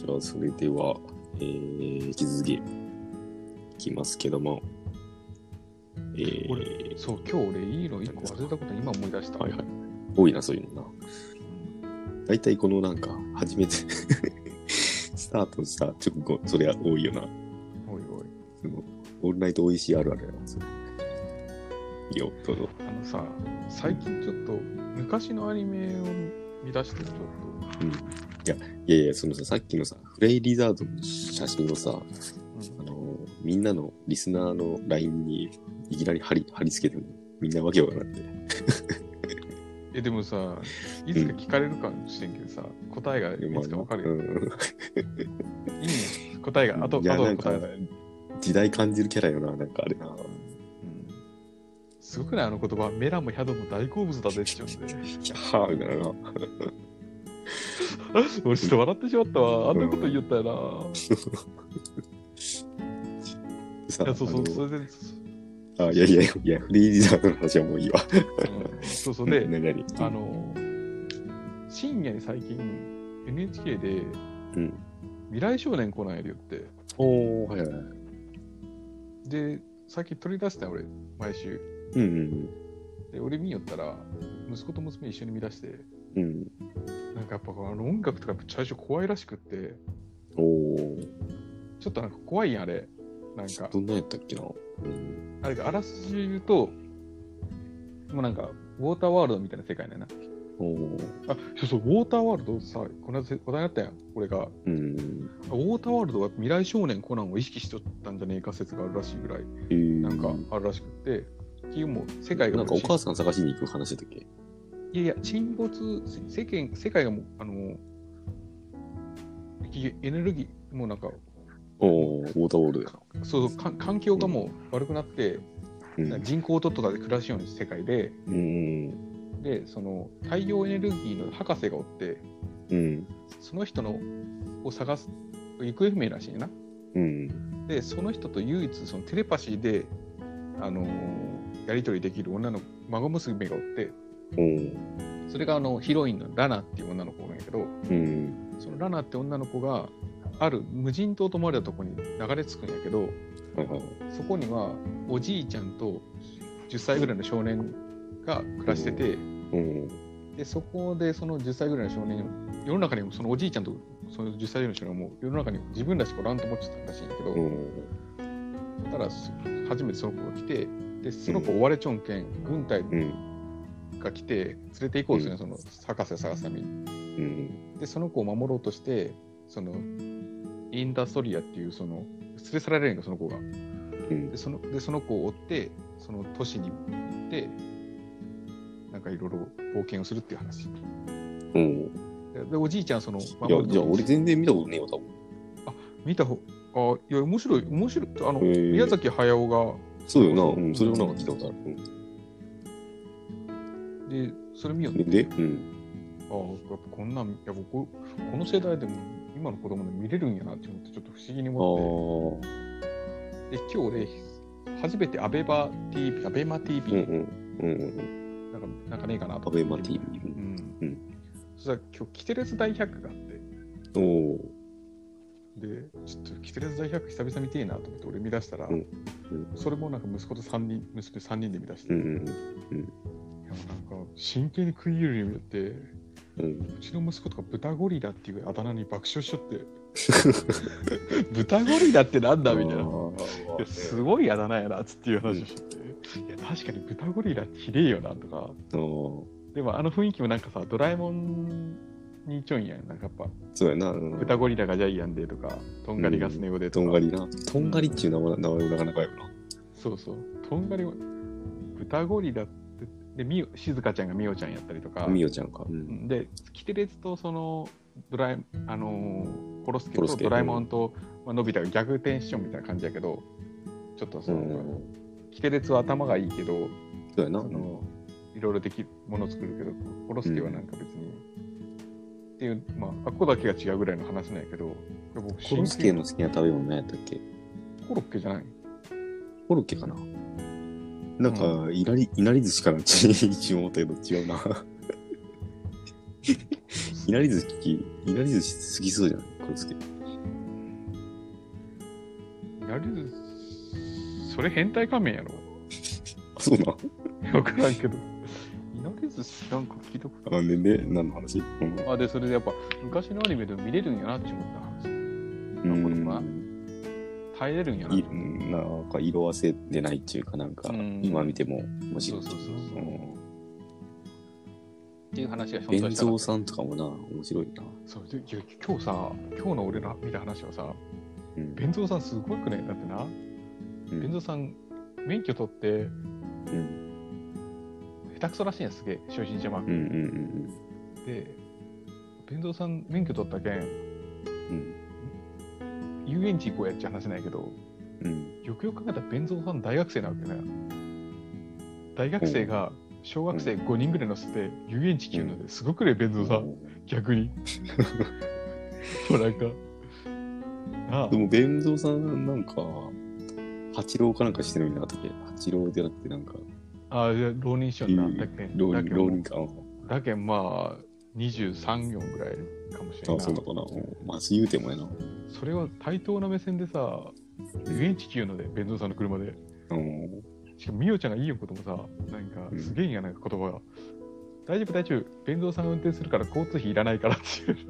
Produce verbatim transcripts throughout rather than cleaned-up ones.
じゃあそれでは、えー、引き続きいきますけども、えー、 俺そう今日俺いいのいっこ忘れたこと今思い出した。 はいはい。多いなそういうのな。大体このなんか初めてスタートした直後それは多いよな。 おいおい。 そのオールナイト美味しいあるあるやなそれ。いいよどうぞ。 あのさ最近ちょっと昔のアニメを見出してちょっと。 うん。いやいやいやそのささっきのさフレイリザードの写真をさ、うん、あのみんなのリスナーの ライン にいきなり貼り貼り付けてもみんなわけわからんって。 えでもさいつか聞かれるかもしれんけどさ、うん、答えがいつかわかるよ。うん、いいね答えがあとあとの答えだ。 時代感じるキャラよななんかあれな。 すごくないあの言葉、メラもヒャドも大好物だぜって言うんで。 キャハーみたいな。 俺ちょっと笑ってしまったわ。あんなこと言ったよな。いや、そうそう、それで。 あ、いやいやいや、フリーザードの話はもういいわ。 うん、そうそうで、 何々 あの、深夜に最近 エヌエイチケー で、うん、未来少年コナンやるよって。 おー、はいはいはい。 で、最近取り出したよ、俺、毎週。 うんうんうん、 で俺見よったら息子と娘一緒に見出して、 うん、 なんかやっぱあの音楽とか最初怖いらしくって、 おちょっとなんか怖いやんあれなんかどんなやったっけな、うん、 あれがあらすじ言うともうなんかウォーターワールドみたいな世界だよな。 おあそうそうウォーターワールドさこの間話題になったやん俺が、うん、ウォーターワールドは未来少年コナンを意識しとったんじゃねえか説があるらしいぐらい、えー、なんかあるらしくってもう世界がなんかお母さん探しに行く話だっけ。 いやいや沈没世間世界がもうあのエネルギーもうなんかおウォーターウォールドそうそうか環境がもう悪くなって、うん、人工ととかで暮らすような世界で、うん、でその太陽エネルギーの博士がおって、うん、その人のを探す行方不明らしいな、うん、でその人と唯一そのテレパシーであのー、やり取りできる女の孫娘がおって、うん、それがあのヒロインのラナっていう女の子なんやけど、うん、そのラナって女の子がある無人島と思われたところに流れ着くんやけど、うん、そこにはおじいちゃんとじゅっさいぐらいの少年が暮らしてて、うん、でそこでそのじゅっさいぐらいの少年世の中にもそのおじいちゃんとそのじゅっさいぐらいの少年も世の中に自分らしくおらんと思ってたらしいんやけど、うん、ただ初めてその子が来てでその子追われちょんけん、うん、軍隊が来て連れて行こうとするの、うん、その博士を探すために、うん、でその子を守ろうとしてそのインダストリアっていうその連れ去られるんだその子が、うん、でそのでその子を追ってその都市に行ってなんかいろいろ冒険をするっていう話、うん、で, でおじいちゃんその守るいやじゃあ俺全然見たことねえわ多分。 あ見た方あいや面白い面白いあの宮崎駿がそうよな、うん、それをなんか聞いたことある。 うん、で、それ見よって。 で、うん。 ああ、やっぱこんなん、いや僕、この世代でも今の子供で見れるんやなって思って、ちょっと不思議に思って。で、今日俺、初めてアベマ ティーブイ、アベマ ティーブイ、うんうん、なんか、なんかねえかなと思って。 アベマ ティーブイ。うん。うん、 そしたら今日、キテレツ大百科があって。 おお。 で、ちょっとキテレツ大百科久々見てえなと思って俺見出したら、うんうん、それもなんか息子とさんにん、娘さんにんで見出して、うんうんうん、いやなんか真剣に食い入るように見て、うん、うちの息子とか豚ゴリラっていうあだ名に爆笑しちゃって豚ゴリラってなんだみたいな、いやすごいあだ名やなっつっていう話をしてて、うん、いや確かに豚ゴリラってひでえよなとか、でもあの雰囲気もなんかさドラえもんにちょんやんなんかやっぱそうやな、うん、 豚ゴリラがジャイアンでとかトンガリがスネ夫でとか、 うん、トンガリなトンガリっていう名前、うん、名前もなかなかやるな。 そうそうトンガリ豚ゴリラってでみ静香ちゃんがみおちゃんやったりとかみおちゃんか、うん、 でキテレツとそのドラえあのー、コロスケとドラえもんと、まあのび太が逆転しちゃうみたいな感じやけどちょっとその、うん、キテレツは頭がいいけどそうやな、 そのいろいろできるものを作るけどコロスケはなんか別に、うん、っていうまああっこだけが違うぐらいの話なんやけどコロスケの好きな食べ物何やったっけ。 コロッケじゃない。 コロッケかな。なんか、うん、いなり、いなり寿司かな一応思ったけど違うな。いなり寿司、いなり寿司好きそうじゃないコロスケ。 なりず、それ変態仮面やろ。 そうなん？ わからんけど。いなりず知らんか聞いたことあんでね、何の話？うん、 あ、で、それでやっぱ昔のアニメでも見れるんやなって思った話。なんかとか耐えれるんやな。 なんか色あせでないっていうか、なんか今見ても面白い。 そうそうそうそう。うん、っていう話が本当にした。弁蔵さんとかもな、面白いな。 そうで今日さ、今日の俺の見た話はさ、うん、弁蔵さんすごくね、だってな、うん、弁蔵さん免許取って、うん、下手くそらしいんやすげえ、初心者マーク。うんうんうん、で、弁蔵さん免許取ったけん、うん遊園地行こうやっちゃ話ないけど、うん、よくよく考えたら弁蔵さん大学生なわけね。大学生が小学生ごにんぐらい乗せて遊園地来るのですごくね、弁蔵さん、うん、逆に。そうなんか。ああでも弁蔵さんなんか八郎かなんかしてるんだったっけ？八郎でなくてなんか。 ああ、いや浪人しよんな。だけ浪人浪人か。 だけんまあにじゅうさん、よんぐらいかもしれない。 あ、そうだかな。まず言うてもやな。 それは対等な目線でさ、遊園地来るので、弁蔵さんの車で。うん、しかも、みおちゃんがいいよこともさ、なんか、すげえんやなんか言葉が。うん、大丈夫、大丈夫。弁蔵さんが運転するから交通費いらないからっていう。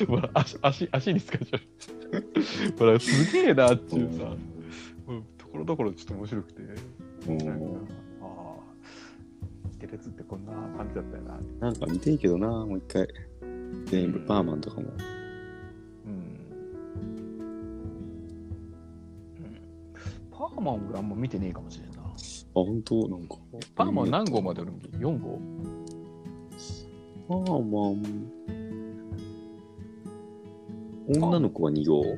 ほら、足、足、足に使っちゃう。ほら、すげえなっていうさ、うん、ところどころちょっと面白くて。うん、なんかああ、テレツってこんな感じだったよな。 なんか見ていいけどな、もう一回。全部、パーマンとかも。 パーマン俺あんま見てねえかもしれんな。あ、 本当なんか。 パーマン何号まであるんけ ?よん 号パーマン。女の子はに号。 うん、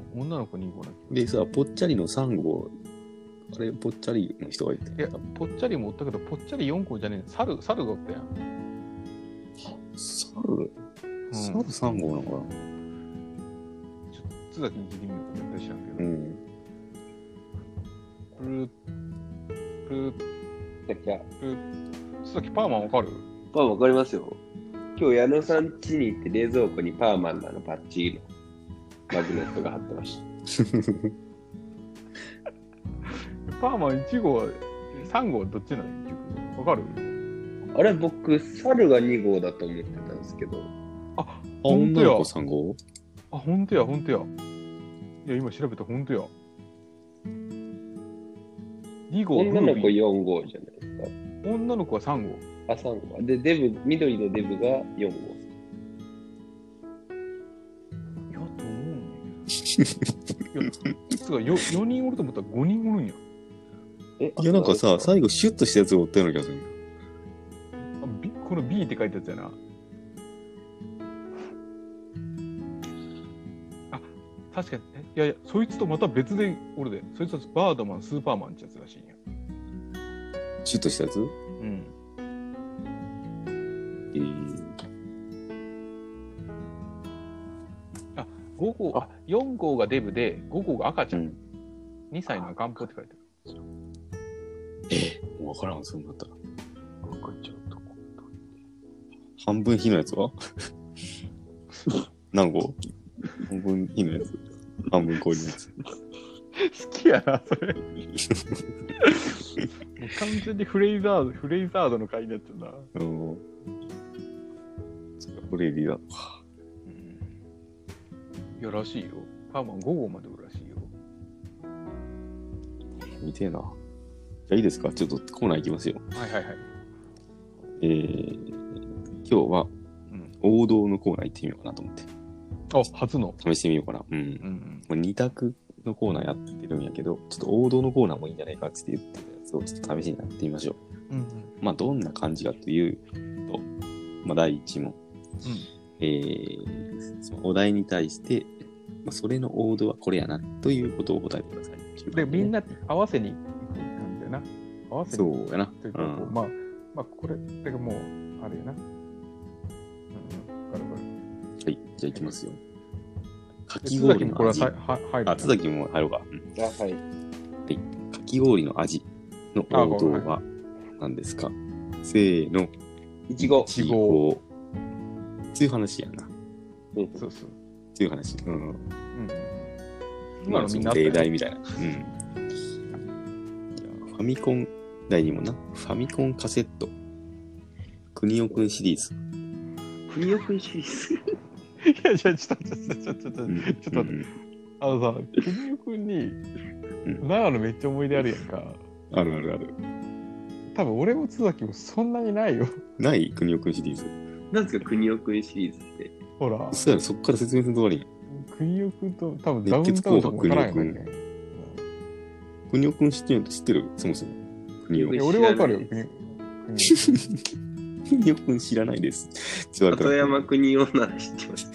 女の子に号だけど。でさ、ぽっちゃりのさん号。あれ、ぽっちゃりの人がいて。 いや、ぽっちゃりもおったけど、ぽっちゃりよん号じゃねえ。猿、猿がおったやん。 猿、うん、猿さん号なのかな。 津崎に聞いてみようか絶対知らんけど。うん。プルプルだっけプル津崎パーマンわかる？ パーマンわかりますよ。今日矢野さん家に行って冷蔵庫にパーマンのあのパッチのマグネットが貼ってました。 パーマンいち号はさん号はどっちなの結局わかる？ あれ僕猿がに号だと思ってたんですけど。 あ、ほんとや。 さん号？ あ、ほんとや、ほんとや。いや、今調べた、ほんとや。に号。 女の子よん号じゃないですか。 女の子はさん号。 あ、さん号。で、デブ、緑のデブがよん号。いや、 と思うんやけど。いや、つか 4, よにんおると思ったらごにんおるんや。 え、いや、なんかさ、最後シュッとしたやつがおったような気がする。 あ、B、この B って書いたやつやな。確かに、いやいや、そいつとまた別でおるで、そいつはバードマン、スーパーマンってやつらしいんや。 シュッとしたやつ？うん。えー、 あ、ご号、あ、よん号がデブで、ご号が赤ちゃん。うん、にさいの赤ん坊って書いてある。 えー、もう分からん、そうなったら。 赤ちゃんとこ半分火のやつは何号？半分火のやつ。半分氷のやつ。 好きやな、それ。もう完全にフレイザード、フレイザードの回になっちゃうな。うん。 フレイザードか。 うん。いや、らしいよ。パーマンご号までおるらしいよ。 見てえな。じゃあいいですか？ちょっとコーナー行きますよ。 はいはいはい。 えー、今日は王道のコーナー行ってみようかなと思って。 あ、初の試してみようかな。うん。うんうん、に択のコーナーやってるんやけど、ちょっと王道のコーナーもいいんじゃないかって言ってるやつをちょっと試しにやってみましょう。うんうん、まあ、どんな感じかというと、まあ、だいいち問。うん、えー、そのお題に対して、まあ、それの王道はこれやなということを答えてください。 で、みんな合わせに行く感じやな。合わせに。 そうやな。 というか、うん、まあ、まあ、これ、だからもう、あれやな。うんうん、わかるわかる。 はい、じゃあ行きますよ。かき氷の味。 は入る。 あ、津崎も入ろうか。うん、 あ、はい。 はい。かき氷の味の王道は何ですか？せーの。 いちご。 いちご。そういう話やな。 うん、そうそう。 そういう話。うん。うん。 今のみんなあったよ例題みたいな。うん。ファミコン台にもな、ファミコンカセット、くにおくんシリーズ。 くにおくんシリーズいや、じゃあちょっと、ちょっと、ちょっと、ちょっと、ちょっと待って、あのさ、くにおくんに、長野めっちゃ思い出あるやんか。 あるあるある。 多分俺も津崎もそんなにないよ。 ないくにおくんシリーズ。 なんですか、くにおくんシリーズって。 ほら。 そうやろ、そっから説明すると終わりくにおくんと多分ダウンタウンとか分からんよね。 くにおくん知ってるの知ってるそもそも。くにおくん。 俺は分かるよ、くにおくん知らないです。 里山くにおなら知ってます。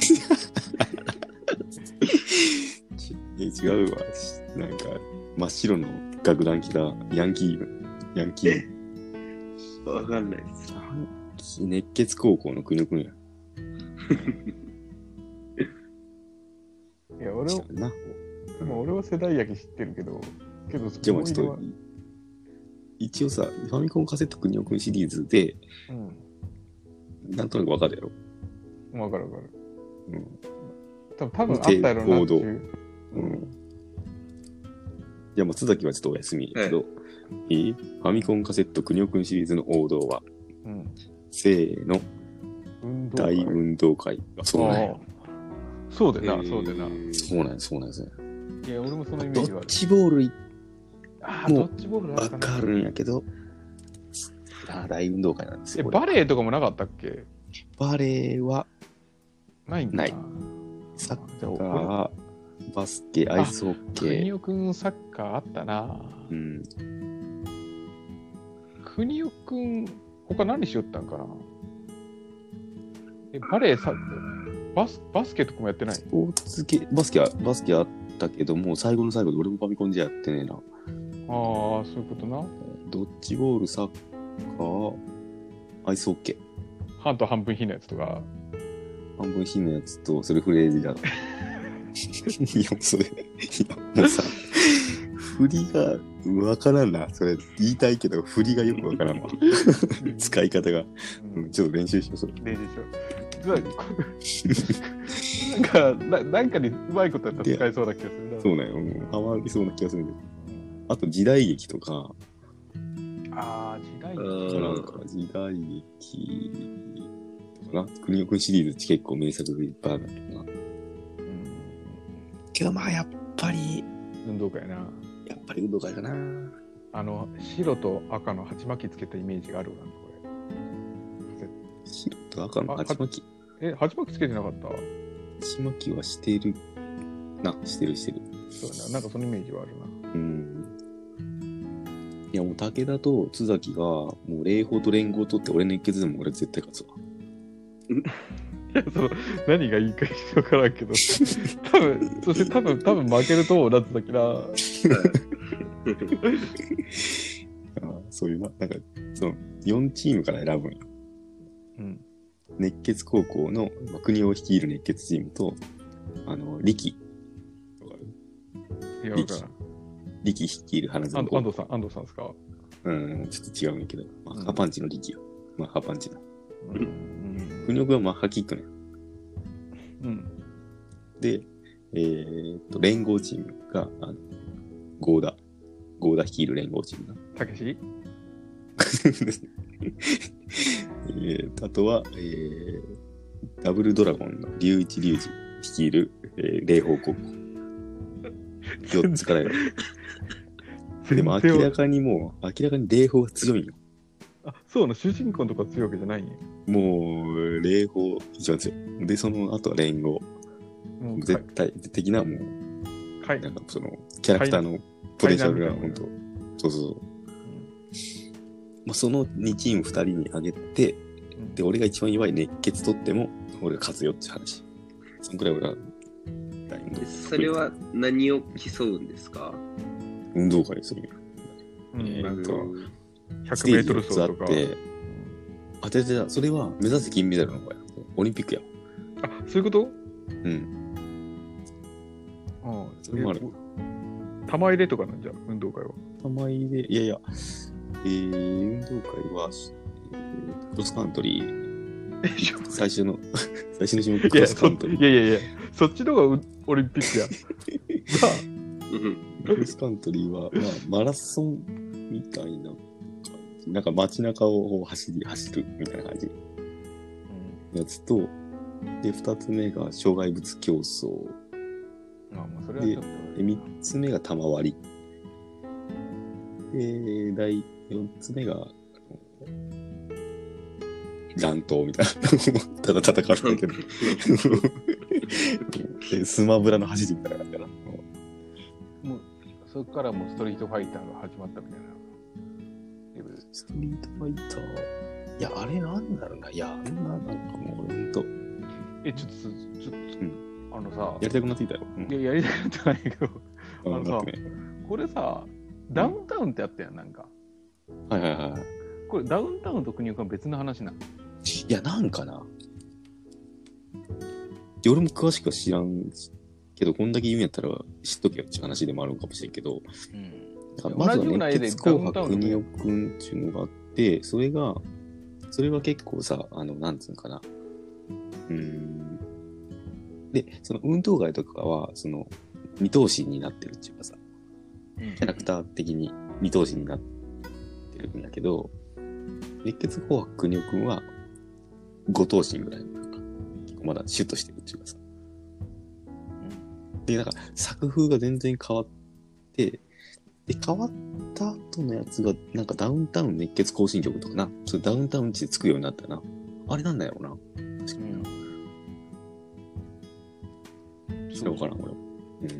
え、違うわ。なんか、真っ白の学ラン着たヤンキー、ヤンキー。 わかんないです。 熱血高校のくにおくんや。 いや、俺は、でも俺は世代焼き知ってるけど、けど、 じゃあちょっと、一応さ、ファミコンカセットくにおくんシリーズで、うん、なんとなくわかるやろ。 わかるわかる。うん。多分、多分あったやろなっていう。うん。 いや、もう津崎はちょっとお休みだけど、はい、いいファミコンカセットくにおくんシリーズの王道は、うん、せーの、大運動会。そうなんや。 そうだよな、そうだよな。 そうなんです、そうなんですね。 いや、俺もそのイメージはある。 ドッジボールいああ、ドッジボールわかるんやけど、あ大運動会なんですよ。 バレーとかもなかったっけ？ バレーはないんだ。 ない。サッカー、バスケ、アイスホッケー。 国尾くんサッカーあったな。うん。国尾くん、他何しよったんかな？え、バレーさ、バス、バスケとかもやってない？ スポーツ系、バスケは、バスケあったけど、もう最後の最後で俺もファミコンじゃやってねえな。 ああ、そういうことな。 ドッジボール、サッカー、アイスホッケー。 半と半分火のやつとか。 半分火のやつと、それフレーズだ。いや、それ、いや、もうさ、振りがわからんな。それ言いたいけど、振りがよくわからんわ。使い方が、うん。ちょっと練習しよう、それ。 練習しよう。なんか、な、なんかにうまいことやったら使えそうな気がするな。 そうね、うん。ハマりそうな気がするけど。あと、時代劇とか。 ああ、時代劇。 なんか、時代劇とかな。国尾くんシリーズって結構名作がいっぱいあるとかな。うん。けど、まあ、やっぱり。 運動会な。 やっぱり運動会かな。 あの、白と赤の鉢巻きつけたイメージがあるわ、これ。白と赤の鉢巻き。 え、鉢巻きつけてなかった？ 鉢巻きはしてる。な、してるしてる。 そうだな、なんかそのイメージはあるな。 うん。いや、もう武田と津崎が、もう霊峰と連合を取って俺熱血でも俺絶対勝つわ。 いや、その、何がいいかわからんけど、多分、そして多分、多分負けると思うなってたきな。 あそういうな、なんか、その、よんチームから選ぶんよ。うん。熱血高校の、まあ、国を率いる熱血チームと、あの、力。わかる？ いや、わからん。 力率いる花園高校。 安藤さん、安藤さんですか？ うん、ちょっと違うんやけど、マッハパンチの力よ。マッハパンチだ。うん。国尾くんはマッハキックね。うん。で、えー、っと、連合チームが、あの、合田。合田率いる連合チームな。 たけしえー、あとは、えー、ダブルドラゴンの龍一龍二率いる、えー、霊峰高校。よっつからよ。でも明らかにもう、明らかに霊峰が強いよ。 あ、そうな、主人公とか強いわけじゃないんや。 もう、霊峰一番強い。で、その後は連合。もう絶対的な、もう、はい、なんかその、キャラクターのポテンシャルが、ほんと、そうそうそう。うん、まあ、そのにチームふたりにあげて、うん、で、俺が一番弱い熱血取っても、俺が勝つよって話。そんくらい俺は、大運動会。 それは何を競うんですか？ 運動会するよ。 うん、なんか、ひゃくメートル走とか。 あ、ててて、それは目指す金メダルの方や。オリンピックや。 あ、そういうこと？ うん。 ああ、それもある。玉入れとかなんじゃ、運動会は。 玉入れ、いやいや、えー、運動会は、えー、クロスカントリー、最初の、最初の種目クロスカントリー。 いやいやいや、そっちの方がオリンピックや。 クロスカントリーは、まあ、マラソンみたいな感じ。なんか街中を走り、走るみたいな感じ。うん、やつと、で、二つ目が障害物競争。 まあまあ、それはちょっと。 で、三つ目が玉割り。で、第四つ目が、乱闘みたいな。ただ戦われてる。でスマブラの走りみたいな感じかな。 もう、そこからもうストリートファイターが始まったみたいな。 ストリートファイター。いや、あれなんだろうな。いや、あんな、なんかもう、ほんと。 え、ちょっと、ちょっと、うん、あのさ、 やりたくなってきたよ。 うん、いや、やりたくなってないけど、あのさ、ね、これさ、ダウンタウンってあったやん、なんか。 はいはいはい。 これ、ダウンタウンと国岡は別の話なの？ いや、なんかな。俺も詳しくは知らんけど、こんだけ言うんやったら知っとけよっていう話でもあるかもしれんけど、うん、だからまずは熱血紅白国尾くんっていうのがあって、それが、それは結構さ、あの、なんつうのかな。うーん。で、その運動会とかは、その、二頭身になってるっていうかさ、キャラクター的に二頭身になってるんだけど、熱血紅白国尾くんは五頭身ぐらいのなんか、結構まだシュッとしてるっていうかさ。で、なんか作風が全然変わって、で、変わった後のやつが、なんかダウンタウン熱血行進曲とかな、それダウンタウン地でつくようになったな。あれなんだよな。確かにな。それわからん、俺。うん。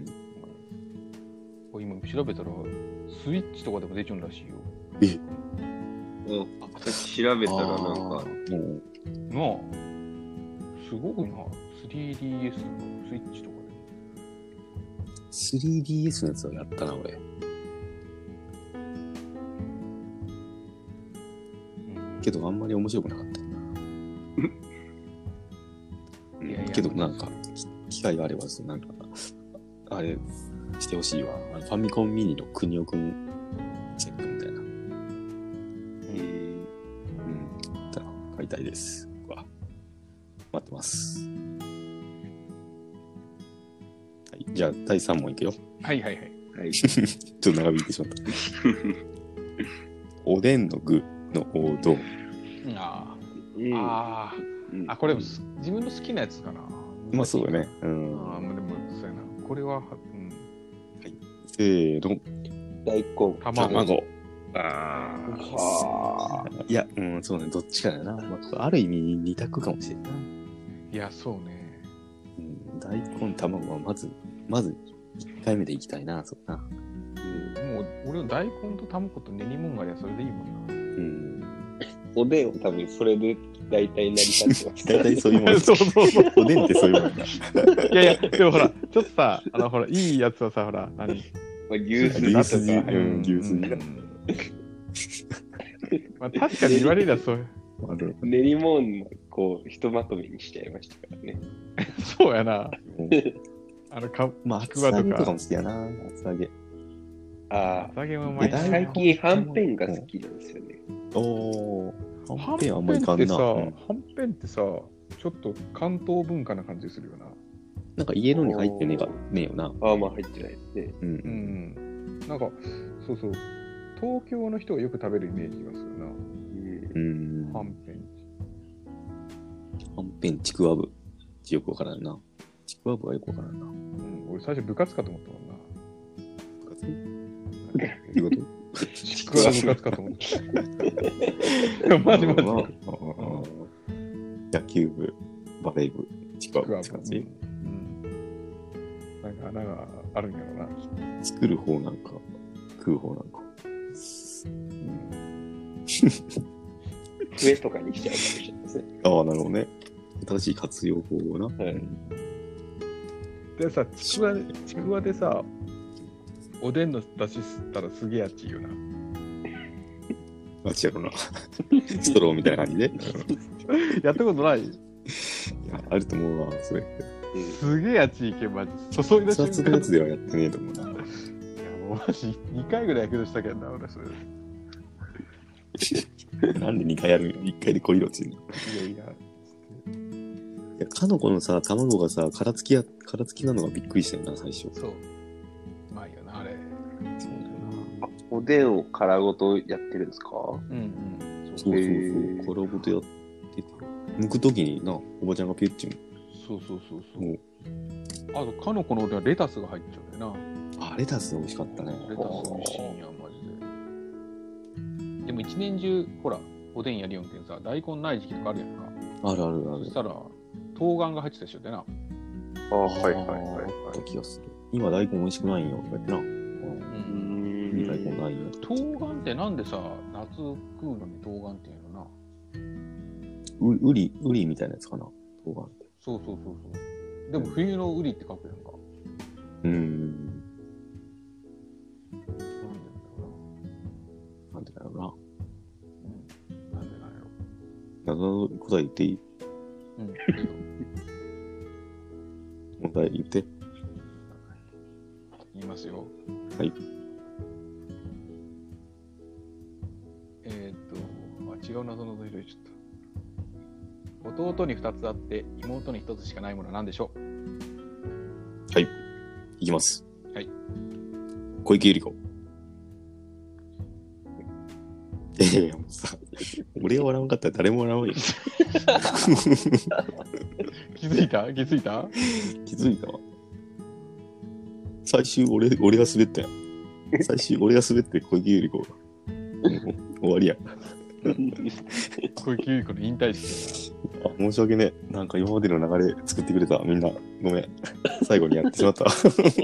これ今調べたら、スイッチとかでも出ちゃうんらしいよ。 えうん。調べたらなんか、もう。 なあ、すごくな。スリーディーエス とか、スイッチとかで。 スリーディーエス のやつはやったな、俺。けど、あんまり面白くなかったよな。いやいやけど、なんか、機会があれば、なんか、あれ、してほしいわ。ファミコンミニの国尾くんチェックみたいな。えー、うん。買いたいです。僕は。待ってます。はい。じゃあ、だいさん問いくよ。 はいはいはい。 はい、 ちょっと長引いてしまった。おでんの具の王道。 あー、あー、あ、これ、自分の好きなやつかな。 まあ、そうだね。うん。 ああ、でも、そうやな。これは、うん。はい。 せーの。 大根。 卵。 ああ。 いや、うん、そうね。どっちかだな。まあ、ある意味二択かもしれんない。 いや、そうね。 うん、大根、卵はまず、まず一回目でいきたいな、そうな。 うん、もう、俺の大根と卵と練り物がありゃそれでいいもんな。 うん。 おでんは多分それで大体成り立ってます。 大体そういうもん。 そうそうそう。 おでんってそういうもんだ。 いやいや、でもほら、ちょっとさ、あの、ほら、いいやつはさ、ほら、何まあ、牛すじ牛すじ、 とか。 うん、牛すじ。 まあ、確かに言われりゃそう。 練り物もこう、ひとまとめにしちゃいましたからね。 そうやな。あの、か、 まあ、厚揚げとかも好きやな、厚揚げ。 ああ、 厚揚げもうまい。 最近、はんぺんが好きなんですよね。 おー、 はんぺんあんまりいかんな。はんぺんってさ、ちょっと関東文化な感じするよな。 なんか家のに入ってねえかねえよな。 ああ、まあ入ってないですね。 うん。うん。なんか、そうそう。東京の人がよく食べるイメージがするな。 うん。 はんぺん。 はんぺんちくわぶ。よくわからんな。ちくわぶはよくわからんな。 うん。俺最初部活かと思ったもんな。 部活？どういうことちくわ部活かと思った。マジマジ。 野球部、バレー部、ちくわ部って感じ。 うん。なんか穴があるんやろな。 作る方なんか、食う方なんか。 うん、 笛とかにしちゃうかもしれないですね。 ああ、なるほどね。正しい活用法をな。はい。 でさ、ちくわ、ちくわでさ、おでんの出し吸ったらすげえあっちいよな。 あっちやろな。ストローみたいな感じで。 やったことない？いや、あると思うわ、それ。 すげえあっちいけん、マジ。注いだ瞬間。 熱々のやつではやってねえと思うな。 いや、もうマジ、にかいぐらいやけどしたけどな、俺それ。 なんでにかいやるの？いっかいでこりろちゅうの。いやいや。いや、かのこのさ、卵がさ、殻付きや、殻付きなのがびっくりしたよな、最初。 そう。うまいよな。 おでんを殻ごとやってるんですか？ うんうん。 そうそうそう。殻ごとやってて。剥くときにな、おばちゃんがピュッチも。 そうそうそうそう。あと、かのこのおでんはレタスが入っちゃうんだよな。 あ、レタス美味しかったね。 レタス美味しいんや、マジで。でも一年中、ほら、おでんやりよんけんさ、大根ない時期とかあるやんか。 あるあるある。 そしたら、冬瓜が入ってたでしょ、でな。 ああ、はいはいはい、はい。 あった気がする。今大根美味しくないんよ、とか言ってな。うん。いい大根ないよ。 冬瓜ってなんでさ、夏食うのに冬瓜っていうのな。 う、うり、うりみたいなやつかな、冬瓜って。 そうそうそうそう。でも冬のうりって書くやんか。 うーん。なんでだろうな。なんでだろうな。 うん。なんでなんやろ。 謎の答え言っていい？ うん。いいよ。 問題言って。 言いますよ。 はい。 えー、っと、あ、違う謎の問いでちょっと。弟にふたつあって妹にひとつしかないものは何でしょう？ はい。いきます。 はい。 小池百合子。いやいや、もうさ、俺が笑わんかったら誰も笑わんよ。 気づいた気づいた気づいた最終俺、俺が滑ったよ。最終俺が滑って小池百合子が。終わりや。 小池百合子の引退式だな。あ、申し訳ねえ。なんか今までの流れ作ってくれた。みんな、ごめん。最後にやってしまった。 い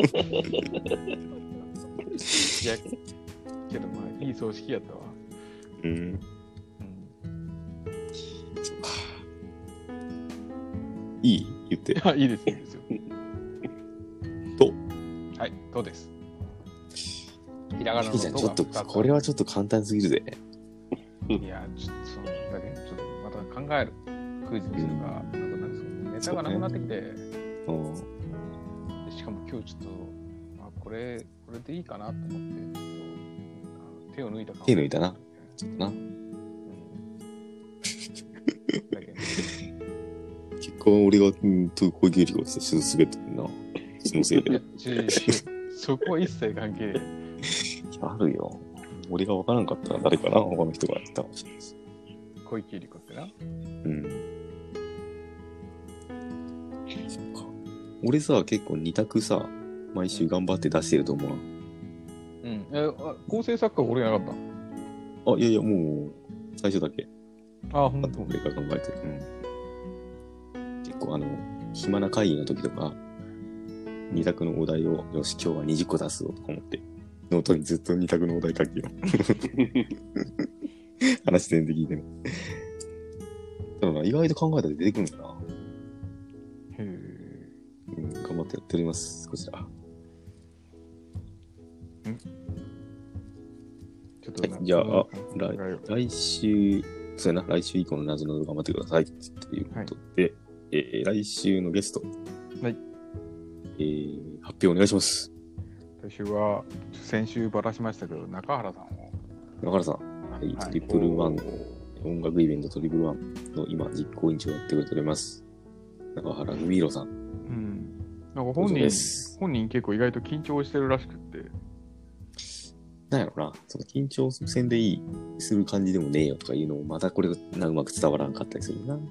や、けどまあ、いい葬式やったわ。 うん。 うん。 そっか。いい言って。 あ、いいです、いいですよ。 と。 はい、とです。ひらがなのとがちょっと、これはちょっと簡単すぎるぜ。 いや、ちょっと、その、だけちょっとまた考える。クイズにするか、あとなんかそのネタがなくなってきて、ね、しかも今日ちょっと、まあ、これ、これでいいかなと思って、ちょっと手を抜いたかも。 手抜いたな。ちょっとな。うん、だけど結構俺が、うん、と小池百合子ってす滑ってるな。そのせいで。 そこは一切関係ない。 あるよ。俺が分からんかったら誰かな、他の人がやったかもしれないです。 小池百合子ってな。 うん。そっか。俺さ、結構二択さ、毎週頑張って出してると思う。 うん。え、構成作家俺やなかった？ あ、いやいや、もう、最初だけ。 あ、ほんと。 俺が考えてる。うん。結構あの、暇な会議の時とか、二択のお題を、よし、今日はにじゅっこ出すぞとか思って、ノートにずっと二択のお題書きよ。話全然聞いても。ただな、意外と考えたら出てくるんだな。 へぇ、 うん、頑張ってやっております、こちら。んちょっと、はい、じゃあ、来, 来週、そうやな、来週以降の謎の頑張ってください。ということで、はい、えー、来週のゲスト。 はい。 えー、発表お願いします。 来週は、先週ばらしましたけど、中原さんを。 中原さん、はい、トリプルワン、音楽イベントトリプルワンの今、実行委員長をやってくれております。中原文弘さん。うん。 なんか本人、本人結構意外と緊張してるらしくって。 なんやろな、その緊張せんでいい、する感じでもねえよとかいうのも、またこれがうまく伝わらんかったりするな。うん。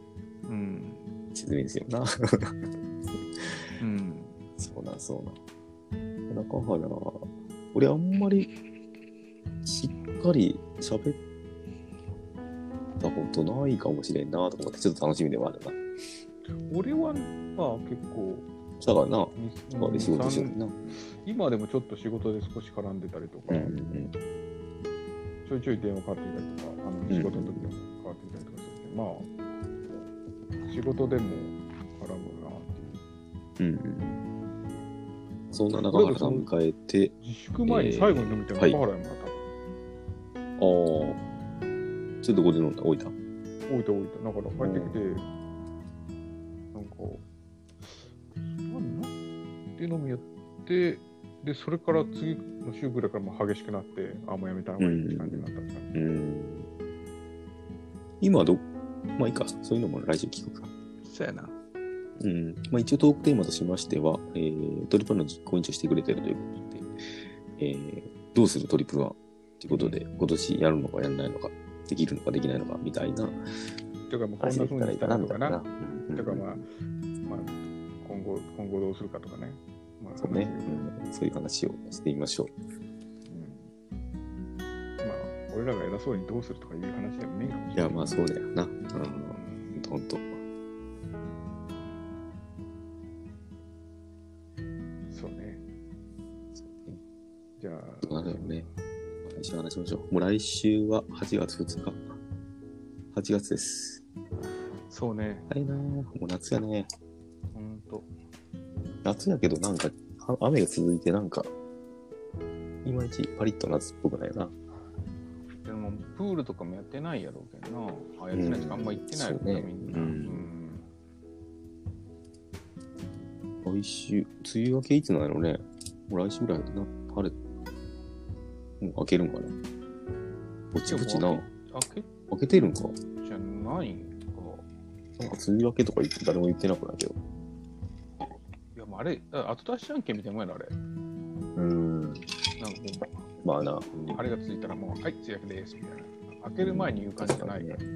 説明ですよな。うん。そうなん、そうなん。中原は、俺あんまりしっかり喋ったことないかもしれんなと思って、ちょっと楽しみではあるな。 俺は、まあ結構、 だからな、今で仕事してるな。 今でもちょっと仕事で少し絡んでたりとか、うんうん、ちょいちょい電話かかってきたりとか、あの仕事の時でもかかってきたりとかするけど、うん、まあ、仕事でも絡むなっていう。うんうん。 そんな中原さんを迎えて。 自粛前に最後に飲みた中原やもんな、多分。 ああ。それどこで飲んだ？置いた？ 置いた置いた。だから帰ってきて、なんか、何で飲みやって、で、それから次の週ぐらいからもう激しくなって、あ、もうやめた方がいいって感じになったって感じ。うん。 今はど、まあいいか、そういうのも来週聞くか。 そうやな。 うん。まあ一応トークテーマとしましては、えー、トリプルワンの実行委員長してくれてるということで、えー、どうするトリプルワンっいうことで、今年やるのかやらないのか、できるのかできないのかみたいな。 とか、まあ、こんな風にしたらとかな。とか、まあ、まあ、今後、今後どうするかとかね。まあ、 そうね、うん。そういう話をしてみましょう。 うん、まあ、俺らが偉そうにどうするとかいう話でもねえかもしれない。 いや、まあそうだよな。うん。ほんと。 そうね。じゃあ。 なるよね。来週話しましょう。もう来週ははちがつふつか。はちがつです。 そうね。 早いなぁ。もう夏やね。 ほんと。 夏やけどなんか、雨が続いてなんか、いまいちパリッと夏っぽくないな。 でも、プールとかもやってないやろうけどな。ああやってない時間あんま行ってないよね、みんな。うん。 来週、梅雨明けいつなのね。もう来週ぐらいな。晴れ。もう開けるんかな。ぼちぼちな。 開け開けてるんか。 じゃないんか。 なんか梅雨明けとか言って誰も言ってなくないけど。 いや、もうあれ、後出し案件みたいなもんやろ、あれ。 うーん。 なんかまあな。 あれがついたらもう、はい、梅雨明けです、みたいな。開ける前に言う感じじゃないからさ。うん。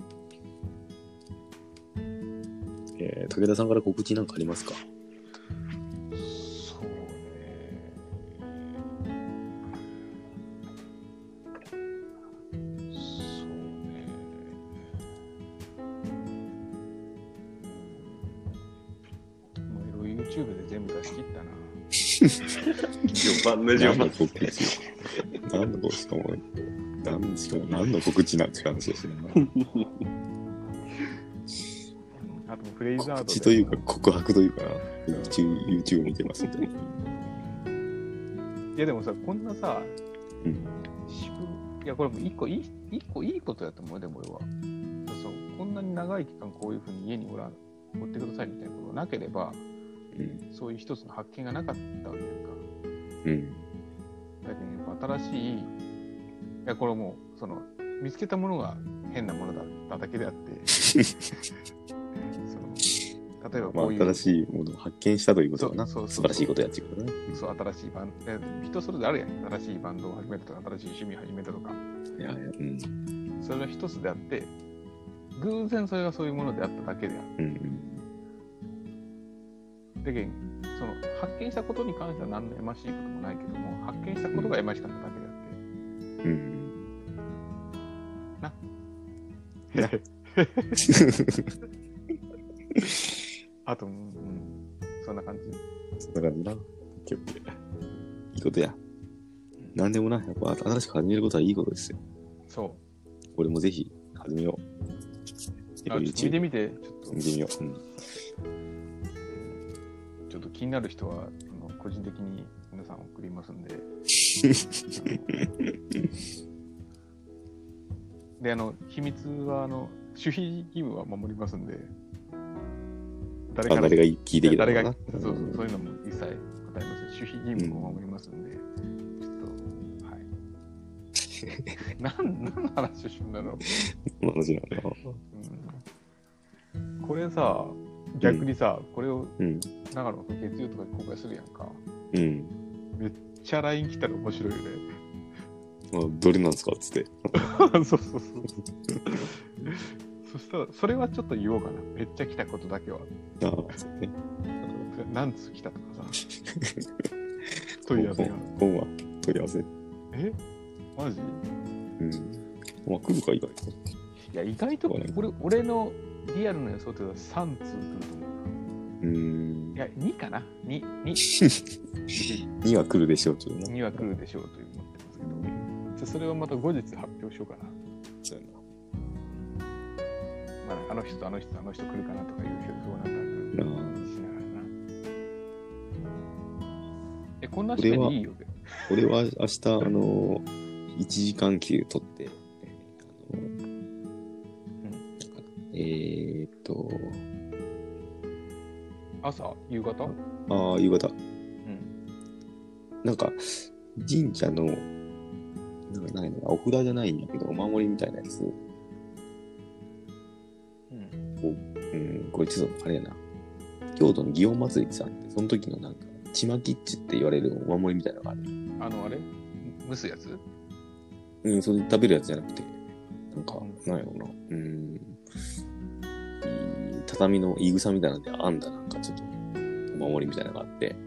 えー、武田さんから告知なんかありますか？ そうね。そうね。もういろいろ YouTube で全部出し切ったな。 序盤の序盤。 告知。何のしかも、何しかも何の告知なんて話ですね。 あとフレイザード告知というか告白というかな。YouTube 見てますみたいな。 いやでもさ、こんなさ、 うん、 いやこれも一個いい、一個いいことやと思うよ、でも俺は。そう、こんなに長い期間こういうふうに家におらん、おってくださいみたいなことがなければ、うん、そういう一つの発見がなかったわけやんか。うん。だけどやっぱ新しい、いやこれもう、その、見つけたものが変なものだっただけであって、その例えばこういう、 まあ、新しいものを発見したということだな。そうそうそう、素晴らしいことやっていうことね。 そう、新しいバンド、人それぞれあるやん。新しいバンドを始めたとか、新しい趣味を始めたとか。 いやいや、うん。 それが一つであって、偶然それがそういうものであっただけである。うんうん、でけん、その発見したことに関しては何のやましいこともないけども、発見したことがやましかっただけであって。うん。な。あと、うん、そんな感じ。 そんな感じな。いいことや。なんでもな、やっぱ新しく始めることはいいことですよ。 そう。 俺もぜひ始めよう。 あ、見てみて、ちょっと。 見てみよう。うん、 ちょっと気になる人は、あの個人的に皆さん送りますんで。で、あの、秘密は、あの、守秘義務は守りますんで。 誰か誰が聞いてきた誰が、そうそう、そういうのも一切答えません。守秘義務を守りますんで。うん、ちょっと、はい。なん、何の話をしようんだろう。 何の話なんだろう。 うん、これさ、逆にさ、うん、これを、 うん、 長野の月曜とかに公開するやんか。 うん。 めっちゃ ライン 来たら面白いよね。 あ、どれなんですかっつって。 そうそうそう。そしたら、それはちょっと言おうかな。めっちゃ来たことだけは。 ああ、そうね。 何通来たとかさ。問い合わせが。 本は問い合わせ。 えマジ？ うん。まあ、来るか意外と。 いや、意外と、俺、俺のリアルな予想ってさん通来ると思う。うーん。いや、にかな ?に、に。 には来るでしょうけどな。 には来るでしょうと思ってますけど。じゃそれはまた後日発表しようかな。 そうやな。 まあ、あの人、あの人、あの人来るかなとかいう表情なんだけど、しながらな。え、こんな人でいいよ。 俺は明日、あの、いちじかん級取って、あの、うん、えー、っと、 朝夕方ああ、夕方。 うん。 なんか、神社の、なんかないのお札じゃないんだけど、お守りみたいなやつ。うん。うん、これちょっと、あれやな。京都の祇園祭りってさ、その時のなんか、ちまきっちって言われるお守りみたいなのがある。 あの、あれ蒸すやつ？ うん、それ食べるやつじゃなくて、なんか、なんやろうな。うん。畳のいぐさみたいなので編んだなんかちょっとお守りみたいなのがあって、うん。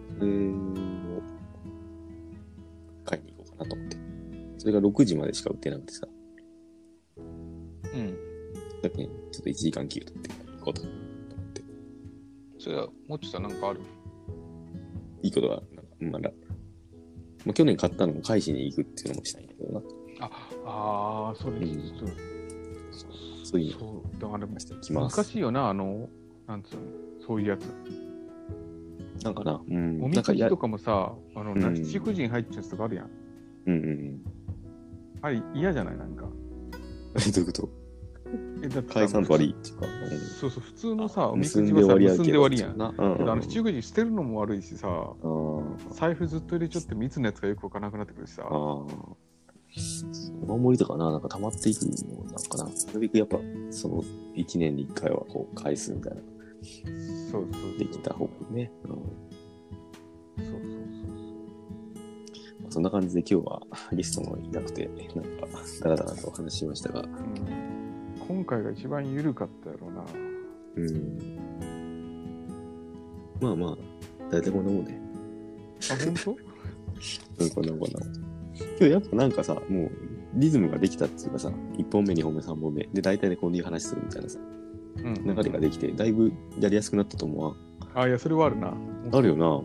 それを買いに行こうかなと思って。それがろくじまでしか売ってなくてさ。 うん。 だけど、ちょっといちじかん切るとって行こうと思って。 それはもうちょっとなんかある？ いいことは、なんかまだ、まあ、去年買ったのも返しに行くっていうのもしたいんだけどな。 あ、ああ、それ、うん、 そうそういうの。 そう、だから難しいよな、あの、なんつうの、そういうやつ。 なんかな、うん。 おみくじとかもさ、あの、 うん、 七福神入っちゃうやつとかあるやん。 うんうんうん。 あれ、嫌じゃないなんか。 え、どういうこと？ え、だって解散と悪いっていうか。 そうそう、普通のさ、おみくじはさ、 結んで終わりやん。 な。 けど、あの、七福神捨てるのも悪いしさ、財布ずっと入れちゃって密のやつがよくわからなくなってくるしさ。ああ。 お守りとかな、なんか溜まっていくのなんかな。なるべくやっぱ、その、一年に一回はこう、返すみたいな。 そうそう。 できた方がいいね。うん。そうそうそうそう。 まあ、そんな感じで今日はゲストもいなくて、なんか、だらだらとお話ししましたが。うん、 今回が一番緩かったやろうな。 うん。まあまあ、大体こんなもんね。 あ、ほんと？ うん、こんなもんこんなもん。今日やっぱなんかさ、もう、リズムができたっていうかさ、いっぽんめ、にほんめ、さんぼんめ。で、大体でこういう話するみたいなさ、うん、流れができて、だいぶやりやすくなったと思うわ。 あ、いや、それはあるな。 あるよな。うん。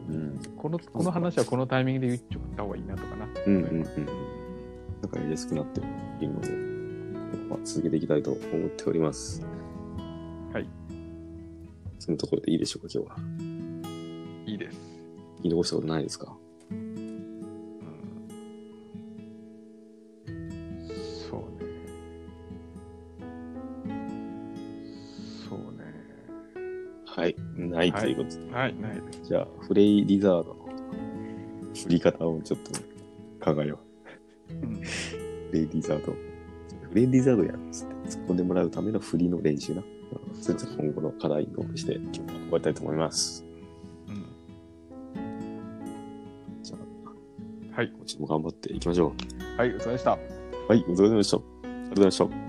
この、この話はこのタイミングで言っちゃった方がいいなとかな。 うんうんうん。なんかやりやすくなっているので、まあ、続けていきたいと思っております。 はい。 そのところでいいでしょうか、今日は。 いいです。 言い残したことないですか？はい、ないということで。 はい、はい、ないです。 じゃあ、フレイ・リザードの振り方をちょっと考えよう。うん、フレイ・リザード。フレイ・リザードやんつって突っ込んでもらうための振りの練習な。それと今後の課題をして今日は終わりたいと思います。うん、じゃあ、はい。こっちも頑張っていきましょう。 はい、お疲れ様でした。 はい、お疲れ様でした。ありがとうございました。